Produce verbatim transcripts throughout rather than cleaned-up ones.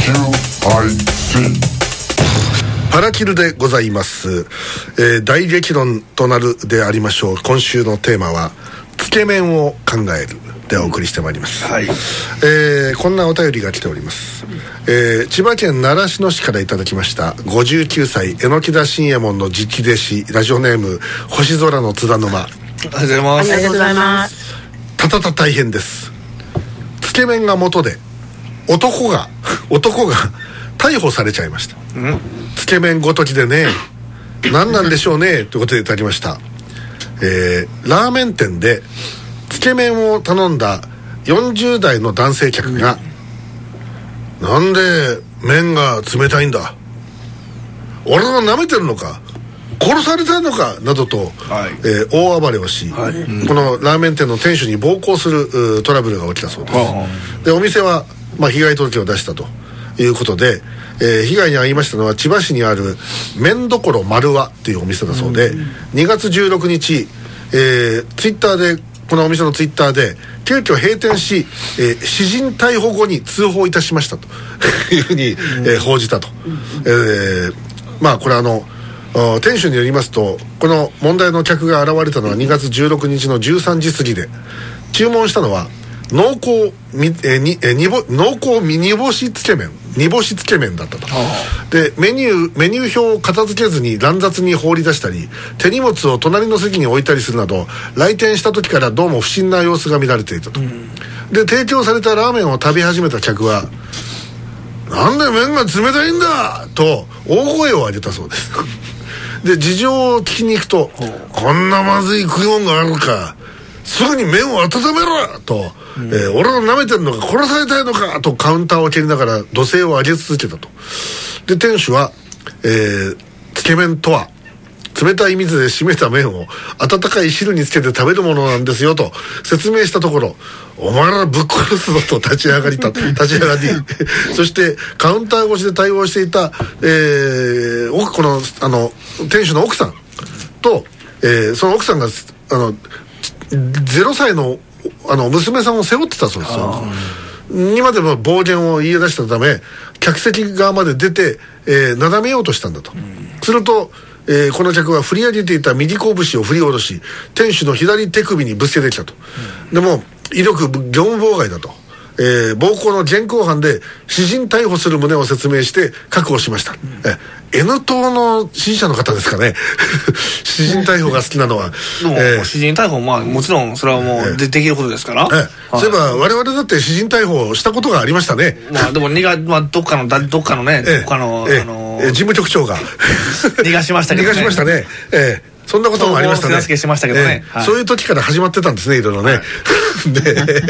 パラキルでございます、えー、大激論となるでありましょう。今週のテーマはつけ麺を考えるでお送りしてまいります、はい。えー、こんなお便りが来ております、えー、千葉県習志野市からいただきました。ごじゅうきゅうさい榎田信右衛門の直弟子、ラジオネーム星空の津田沼。ありがとうございます。ありがとうございます。 たたた大変です。つけ麺が元で男が男が逮捕されちゃいました。んつけ麺ごときでね、何なんでしょうねということでいただきました。えー、ラーメン店でつけ麺を頼んだよんじゅう代の男性客が、うん、なんで麺が冷たいんだ、俺が舐めてるのか、殺されたのかなどと、はい、えー、大暴れをし、はい、うん、このラーメン店の店主に暴行するトラブルが起きたそうです、はあ、でお店は、まあ、被害届を出したということで、えー、被害に遭いましたのは千葉市にある麺どころ丸和っていうお店だそうで、うん、にがつじゅうろくにち、えー、ツイッターでこのお店のツイッターで急遽閉店し、えー、私人逮捕後に通報いたしましたというふうに、えー、報じたと、うん、えー、まあこれあの店主によりますと、この問題の客が現れたのはにがつじゅうろくにちのじゅうさんじ過ぎで、注文したのは濃厚み、えーにえー、にぼ濃厚煮干しつけ麺煮干しつけ麺だったと。でメニューメニュー表を片付けずに乱雑に放り出したり、手荷物を隣の席に置いたりするなど、来店した時からどうも不審な様子が見られていたと、うん、で提供されたラーメンを食べ始めた客は、なんで麺が冷たいんだと大声を上げたそうですで事情を聞きに行くと、こんなまずい食い物があるか、すぐに麺を温めろと、うん、えー、俺を舐めてるのか殺されたいのかとカウンターを蹴りながら怒声を上げ続けたと。で店主は、えー、つけ麺とは冷たい水で締めた麺を温かい汁につけて食べるものなんですよと説明したところ、お前らぶっ殺すぞと立ち上がりた立ち上がりそしてカウンター越しで対応していた、えー、奥このあの店主の奥さんと、えー、その奥さんがあのゼロさいのあの娘さんを背負ってたそうですよ。にまでも暴言を言い出したため、客席側まで出て、えー、なだめようとしたんだと、うん、すると、えー、この客は振り上げていた右拳を振り下ろし、店主の左手首にぶつけてきたと、うん、でも威力業務妨害だと、えー、暴行の現行犯で私人逮捕する旨を説明して確保しました、うん、え N 党の支持者の方ですかね私人逮捕が好きなのはでも、えー、私人逮捕、まあもちろんそれはもう で,、えー、できることですから、えーはい、そういえば我々だって私人逮捕したことがありましたね。 まあでも逃が、まあ、どっかのどっかのね、えー、どっかの、えーあのーえー、 事務局長が逃がしましたけどね逃がしましたね、えーそんなこともありましたね。 手助けしましたけどね、 えーはい、そういう時から始まってたんですね、いろいろね、はい、で、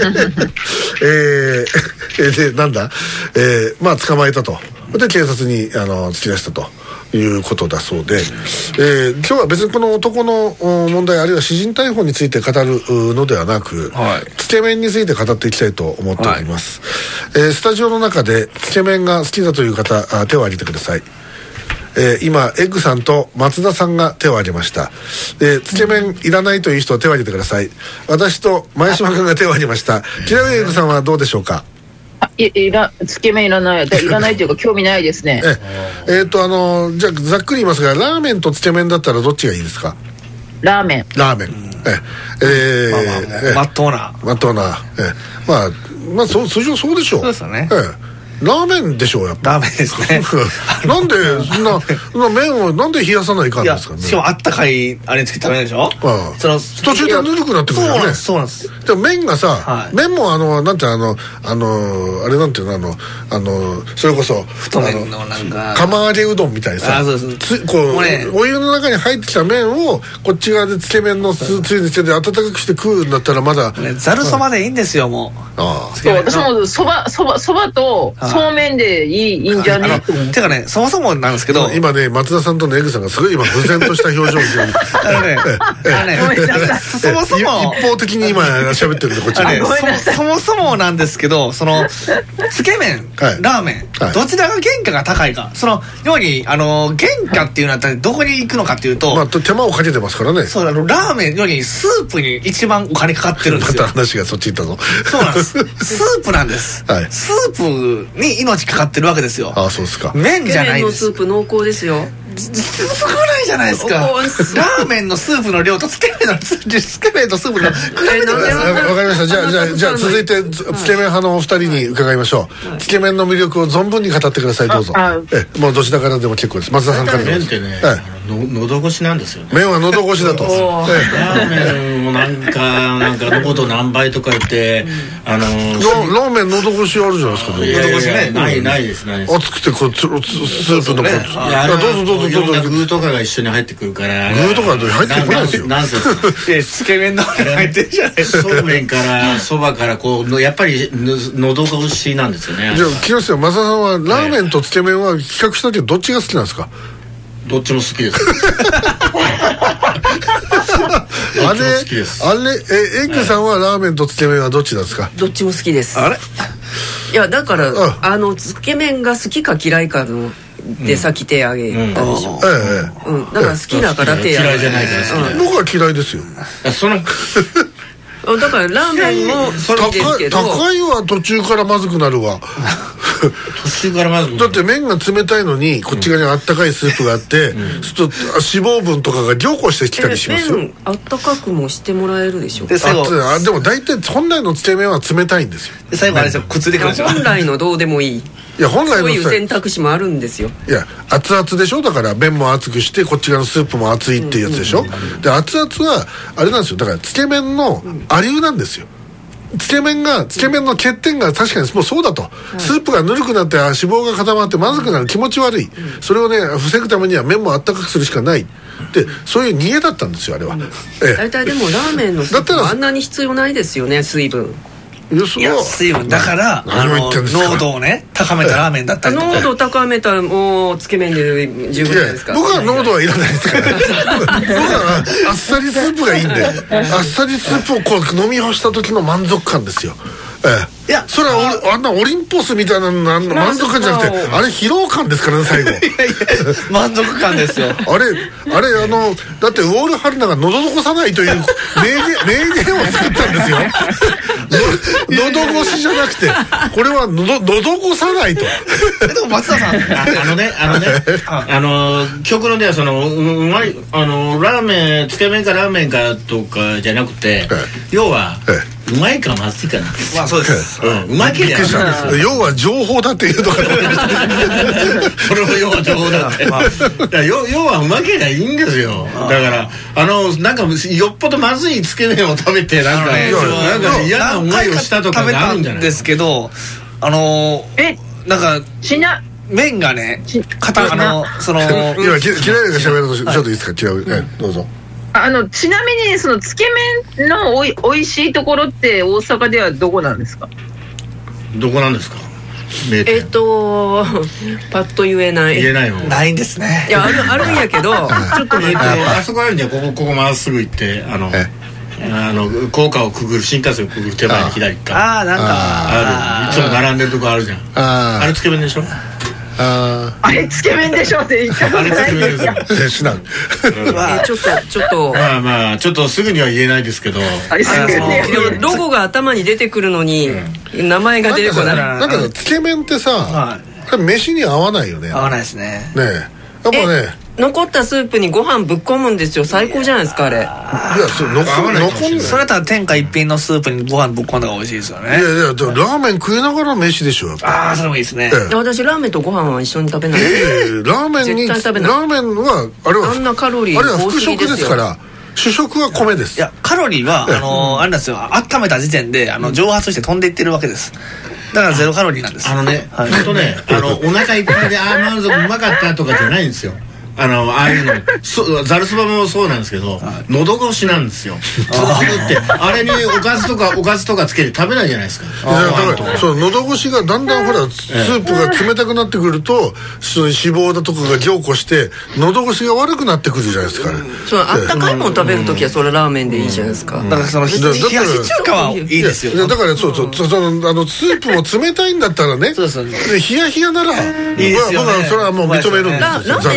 えー、でなんだ、えー、まあ捕まえたと。で警察にあの突き出したということだそうで、えー、今日は別にこの男の問題あるいは私人逮捕について語るのではなく、はい、つけ麺について語っていきたいと思っております、はい、えー、スタジオの中でつけ麺が好きだという方、手を挙げてください。えー、今エッグさんと松田さんが手を挙げました。でつけ麺いらないという人は手を挙げてください。私と前島君が手を挙げました。ちなみにエッグさんはどうでしょうか。 あいいらつけ麺いらないいらないというか興味ないですね。 ええー、とあのじゃあざっくり言いますが、ラーメンとつけ麺だったらどっちがいいですか。 ラーメンラーメン、うん、ええー、 まっとうなまっとうな、えー、まあまあそう通常そうでしょう。 そうですよね、 えーラーメンでしょうやっぱ。 ラーメンですねなんでそんなそんな麺をなんで冷やさないかんですかね。 しかもあったかいあれつけて食べないでしょ、うん、その途中でぬるくなってくるよね。 そうなんですそうなんです。 でも麺がさ、はい、麺もあのなんてあのあのあれなんていうのあのあのそれこそ太麺のなんか釜揚げうどんみたいにさ、 あそうですつこう、ね、お湯の中に入ってきた麺をこっち側でつけ麺のつつゆにつけて温かくして食うんだったらまだざるそばでいいんですよ、もう。 ああそう私もそばそばそばとそうめんでいい、いいんじゃねえと思う。 てかね、そもそもなんですけど今ね松田さんとのエグさんがすごい今無然とした表情をあのねあのねそもそも一方的に今喋ってるんでこっちねそ, そもそもなんですけど、そのつけ麺、はい、ラーメン、はい、どちらが原価が高いか、そのようにあの原価っていうのはどこに行くのかっていうと、 まあ、手間をかけてますからね。 そうあのラーメンよりスープに一番お金かかってるんですよ。 また話がそっち行ったぞ。 そうなんですスープなんです、 はい、 スープに命かかってるわけですよ。 ああそうですか。 麺じゃないです。 つけ麺のスープ濃厚ですよ。 少ないじゃないですか。ラーメンのスープの量とつけ麺のつけ麺とスープの比べてください。 わかりました。じゃあじゃあじゃあ続いてつけ麺派のお二人に伺いましょう。つけ麺の魅力を存分に語ってください。どうぞ。えもうどちらからでも結構です。松田さんからでも。 麺ってね、のど越しなんですよね。 麺はのど越しだと。 ラーメンもなんかなんかのこと何倍とか言ってあのラーメンのど越しあるじゃないですか。 のど越しねないないですないです。 熱くてこうスープのこうどうぞどうぞどうぞ。 具とかが一緒に入ってくるから具とか入ってこないですよ。 なんせつけ麺の入ってるじゃないですか。 そうめんからそばからこうやっぱりのど越しなんですよね。 じゃあ木下松田さんはラーメンとつけ麺は比較した時どっちが好きなんですか。 どっちも好きです。 あれあれえエッグさんはラーメンとつけ麺はどっちなんですか。 どっちも好きです。 あれいやだからあのつけ麺が好きか嫌いかのでさっき手挙げたでしょ。 ええうんだから好きだから手挙げ。 嫌いじゃないから僕は嫌いですよ。 そのだからラーメンも好きですけど高いは途中からまずくなるわ。 途中からまずだって麺が冷たいのにこっち側にあったかいスープがあって、うん、ちょっと脂肪分とかが凝固してきたりしますよ。 麺あったかくもしてもらえるでしょ。 で最後あでも大体本来のつけ麺は冷たいんですよ。 で最後あれですよくっついてくるんですよ。 本来のどうでもいい。 いや本来のそういう選択肢もあるんですよ。 いや熱々でしょ。だから麺も熱くしてこっち側のスープも熱いっていうやつでしょ、うんうんうん、で熱々はあれなんですよ。だからつけ麺のありうなんですよ。つけ麺がつけ麺の欠点が確かにもうそうだと、うん、スープがぬるくなって脂肪が固まってまずくなる気持ち悪い、うん、それをね防ぐためには麺もあったかくするしかないでそういう逃げだったんですよあれは、うんええ、 大体でもラーメンのスープはあんなに必要ないですよね水分。 いやそれは水分だからあの濃度をね高めたラーメンだったりとか濃度高めたらもうつけ麺で十分じゃないですか。 僕は濃度はいらないですから僕はあっさりスープがいいんであっさりスープをこう飲み干した時の満足感ですよ。ええ、いやそれはあんなオリンポスみたいな満足感じゃなくてあれ疲労感ですからね最後。いやいや満足感ですよ。 あれあれあのだってウォール・ハルナが喉残さないという名言名言を作ったんですよ。喉越しじゃなくてこれは喉越さないと。 でも松田さんあ, あのねあのねあの極論ではそのうまいあのラーメンつけ麺かラーメンかとかじゃなくて、はい、要は、はい、うまいかまずいかなんですよ。 まあそうです、 うん、うまけりゃ要は情報だっていうのかと思いました。 それも要は情報だって、まあ、だ要, 要はうまけりゃいいんですよ。だからあのなんかよっぽどまずいつけ麺を食べてなんかなんか嫌な思いをしたとかがあるんじゃないですけどあのえなんかしな麺がね硬あのその今嫌いが喋るとちょっといいですか違う、ね、どうぞ。 あのちなみにそのつけ麺のおいおいしいところって大阪ではどこなんですか。 どこなんですか。 えっとパッと言えない言えないのないんですね。 いやあるあるんやけどちょっと待ってあそこあるんじゃここここまっすぐ行ってあのあの高架をくぐる新幹線をくぐる手前に左かああなんかあるいつも並んでるとこあるじゃん。あれつけ麺でしょ。 ああれつけ麺でしょって言ったことないんですよ。 知らん。 ちょっとちょっとまあまあちょっとすぐには言えないですけどロゴが頭に出てくるのに名前が出てこない。 なんかつけ麺ってさ飯に合わないよね。 合わないですね。 ねえやっぱね残ったスープにご飯ぶっ込むんですよ。最高じゃないですかあれ。いやそれ残残んそれだったら天下一品のスープにご飯ぶっ込んだ方が美味しいですよね。いやいやラーメン食いながら飯でしょ。 ああそれもいいですね。 ええ、私ラーメンとご飯は一緒に食べない。 ええラーメンにラーメンはあれはあんなカロリーあれは副食ですから主食は米です。 いやカロリーはあのあれなんですよ温めた時点であの蒸発して飛んでいってるわけです。だからゼロカロリーなんです。 あのね本当ねあのお腹いっぱいでああ満足うまかったとかじゃないんですよ。あのああいうのざるそばもそうなんですけど喉越しなんですよ。ってあれにおかずとかおかずとかつけて食べないじゃないですか。 いやだからその喉越しがだんだんほらスープが冷たくなってくるとその脂肪だとかが凝固して喉越しが悪くなってくるじゃないですかね。 そのあったかいもの食べるときはそれラーメンでいいじゃないですか。 だからその冷やし中華はいいですよ。 だからそうそうそのあのスープも冷たいんだったらね冷や冷やなら僕はそれはもう認めるんですよ。 ラーメンだってさ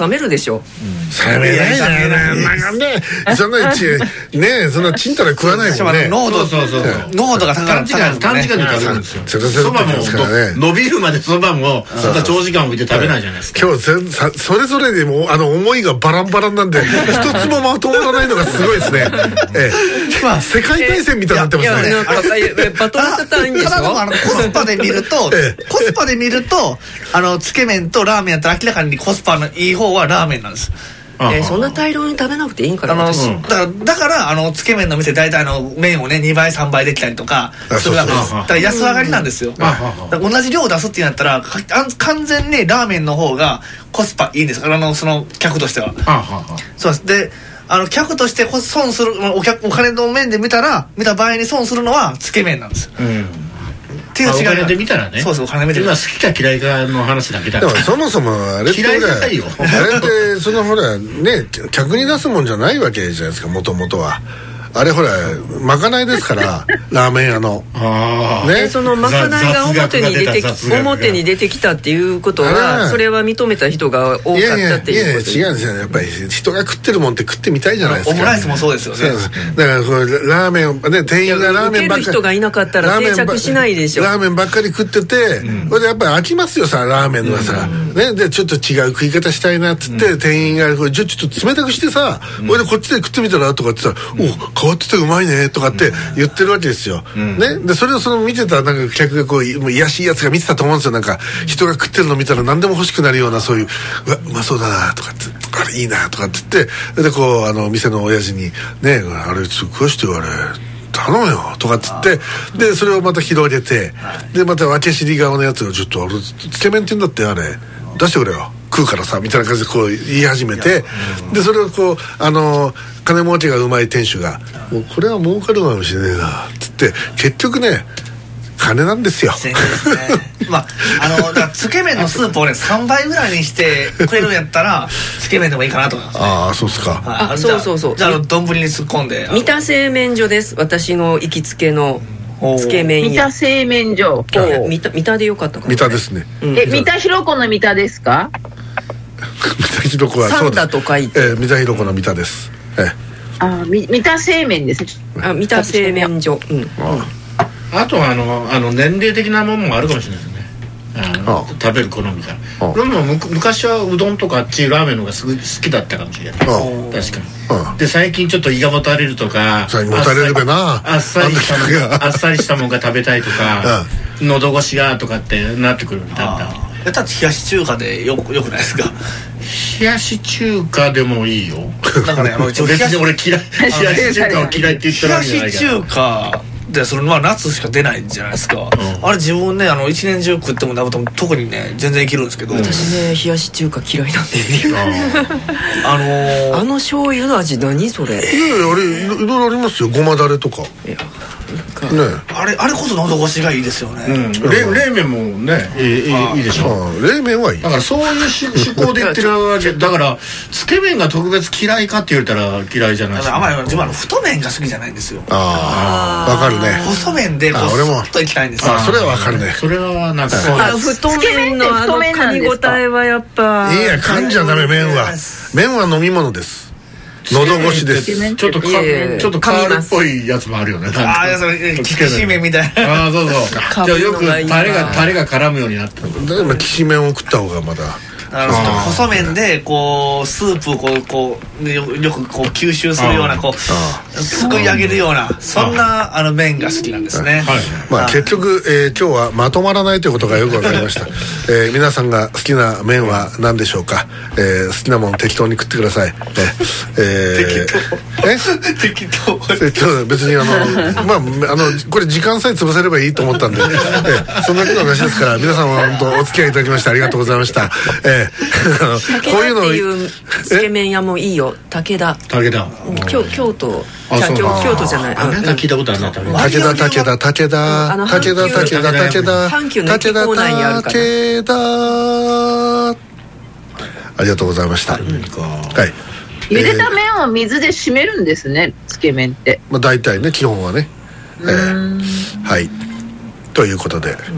冷めるでしょ。 冷めないね。なんね、そんなちね、そんなちんたら食わないもんね。 濃度そうそう濃度が高い短時間で食べるんですよ。そばも伸びるまでそばもそんな長時間置いて食べないじゃないですか。 今日それぞれでもあの思いがバランバランなんで一つもまとまらないのがすごいですね。世界大戦みたいになってますね。 バトルスターいいんでしょ。 コスパで見るとコスパで見るとあのつけ麺とラーメンやったら明らかにコスパのいい方はラーメンなんです。 えー、そんな大量に食べなくていいんかな。 あの、うん、だからだからあのつけ麺の店大体あの麺をねにばいさんばいできたりとかするわけです。だから安上がりなんですよ。だから同じ量出すってなったら完全にラーメンの方がコスパいいんですから、あのその客としては。そうです。であの客として損するお客お金の面で見たら見た場合に損するのはつけ麺なんですよ。うんっていう違い、 お金で見たらね。 そうそう、お金見て今好きか嫌いかの話だけだから。 でもそもそもあれって嫌いじゃないよ。 あれってそのほらね客に出すもんじゃないわけじゃないですか、もともとは。あれほらまかないですからラーメン屋のね、そのまかないが表に出てき表に出てきたっていうことはそれは認めた人が多かったっていうこと。 いやいや違うんですよね。やっぱり人が食ってるもんって食ってみたいじゃないですか。 オムライスもそうですよね。 だからこれラーメンをね店員がラーメンばっかり人がいなかったら定着しないでしょ。 ラーメンばっかり食っててこれでやっぱり飽きますよさラーメンのさね。でちょっと違う食い方したいなっつって店員がこれちょっと冷たくしてさこれでこっちで食ってみたらとかってさお変わっててうまいねとかって言ってるわけですよ、うん、ね。でそれをその見てたなんか客がこうもう癒やしいやつが見てたと思うんですよ。なんか人が食ってるの見たら何でも欲しくなるようなそういううわうまそうだなとかってあれいいなとかって言ってでこうあの店の親父にねあれちょっと食わしてよあれ頼むよとかって言ってでそれをまた広げてでまた分け知り側のやつがちょっとあれつけ麺って言うんだってあれ出してくれよ食うからさみたいな感じでこう言い始めてでそれをこうあの金儲けがうまい店主がもうこれは儲かるかもしれねえなっつって結局ね金なんですよ。 まああのだからつけ麺のスープをねさんばいぐらいにしてくれるんやったらつけ麺でもいいかなと思います、ね、 ああそうっすか、 はい、あそうそうそうじゃあ丼に突っ込んで三田製麺所です。私の行きつけのつけ麺屋。三田製麺所。 三田三田でよかったかな。 三田ですね、 うん、え三田ひろ子の三田ですか。 三田ひろ子はそうです。 三田と書いて、 えー、三田ひろ子の三田です、えー、 あ三田製麺です。 あ三田製麺所、うん、 あ, あとはあのあの年齢的なものもあるかもしれないですね。ああ食べる好みが俺も昔はうどんとかあっちラーメンの方がすごい好きだったかもしれない。確かに。で最近ちょっと胃がもたれるとかもたれるべなあっさりしたもんあっさりしたもんが食べたいとか喉越しがとかってなってくるんだんだん。 やったら冷やし中華でよくよくないですか。 冷やし中華でもいいよ。 なんかねあの別に俺嫌い冷やし中華を嫌いって言ったら冷やし中華でそれまあ夏しか出ないんじゃないですか、うん、あれ自分ねあの一年中食っても特にね全然いけるんですけど、 私ね冷やし中華嫌いなんですよ。 あのー、 あの醤油の味何それ。いやいやあれいろいろありますよ。ごまだれとか。いやね、あれあれこそ喉越しがいいですよね、うん、 冷麺もねいい, いいでしょ。 冷麺はいい。 だからそういう趣向で言ってるわけだからつけ麺が特別嫌いかって言われたら嫌いじゃないし、 あんまり自分は太麺が好きじゃないんですよ。 ああわかるね。 細麺でこうスッといきたいんですよ。 あそれはわかるね。 それはなんかそうです。太麺のあの噛み応えはやっぱいや噛んじゃダメ。麺は麺は飲み物です。喉越しです。 ちょっとかちょっとカールっぽいやつもあるよね。 ああそれきしめんみたいな。 ああそうそう。じゃあよくタレがタレが絡むようになってる。 だからきしめんを食った方がまだ。 あの細麺でこうスープをこうこうよくこう吸収するようなこうすくい上げるようなそんなあの麺が好きなんですね。 まあ結局え今日はまとまらないということがよくわかりました。え皆さんが好きな麺は何でしょうか。え好きなもの適当に食ってください。え適当適当別にあのまああのこれ時間さえ潰せればいいと思ったんでそんなことの話ですから皆さんは本当お付き合いいただきましてありがとうございました。こういうのっていうつけ麺屋もいいよ。武田武田京京都じゃ京京都じゃない。 あなんか聞いたことあるな。 武田武田武田武田武田武田阪急の駅構内にあるから武田ありがとうございました。はい茹でた麺は水で締めるんですねつけ麺って。まあ大体ね基本はね。はいということで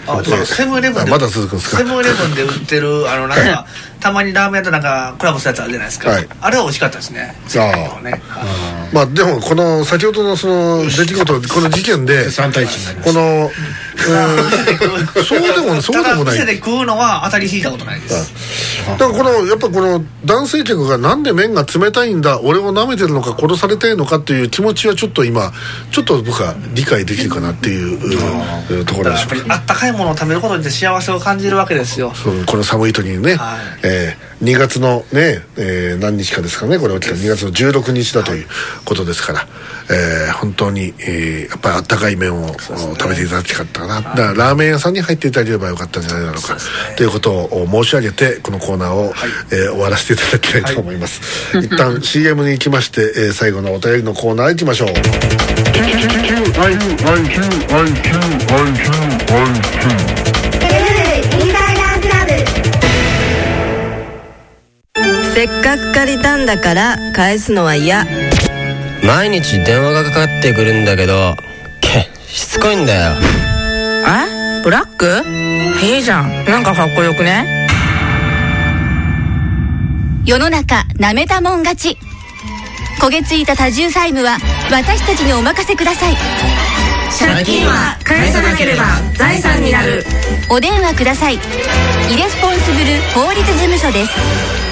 あセブンイレブンでまだ続くんですか。 セブンイレブンで売ってるあのなんかたまにラーメンとなんかコラボするやつあるじゃないですか、はい、あれは美味しかったですね。 ああ、ね、まあでもこの先ほどのその出来事この事件でさん対いちになりました。このそうでもそうでもない。 店で食うのは当たり引いたことないです。 だからこのやっぱこの男性客がなんで麺が冷たいんだ、俺を舐めてるのか殺されたいのかっていう気持ちはちょっと今ちょっと僕は理解できるかなっていうところでしょう。 やっぱりあったかいものを食べることで幸せを感じるわけですよ。 そうこの寒い時にね、はい、えー、にがつのね、えー、何日かですかね、これ起きたにがつのじゅうろくにちだということですから、はい、えー、本当に、えー、やっぱりあったかい麺を、ね、食べていただきたかったかな、はい、だからラーメン屋さんに入っていただければよかったんじゃないだろうか、ね、ということを申し上げてこのコーナーを、はい、えー、終わらせていただきたいと思います、はい、一旦 シーエム に行きまして、えー、最後のお便りのコーナー行きましょう。 せっかく借りたんだから返すのは嫌。 毎日電話がかかってくるんだけどけしつこいんだよ。 えブラックいいじゃん、なんかかっこよくね。 世の中なめたもん勝ち。焦げついた多重債務は私たちにお任せください。 借金は返さなければ財産になる。 お電話ください。イレスポンスブル法律事務所です。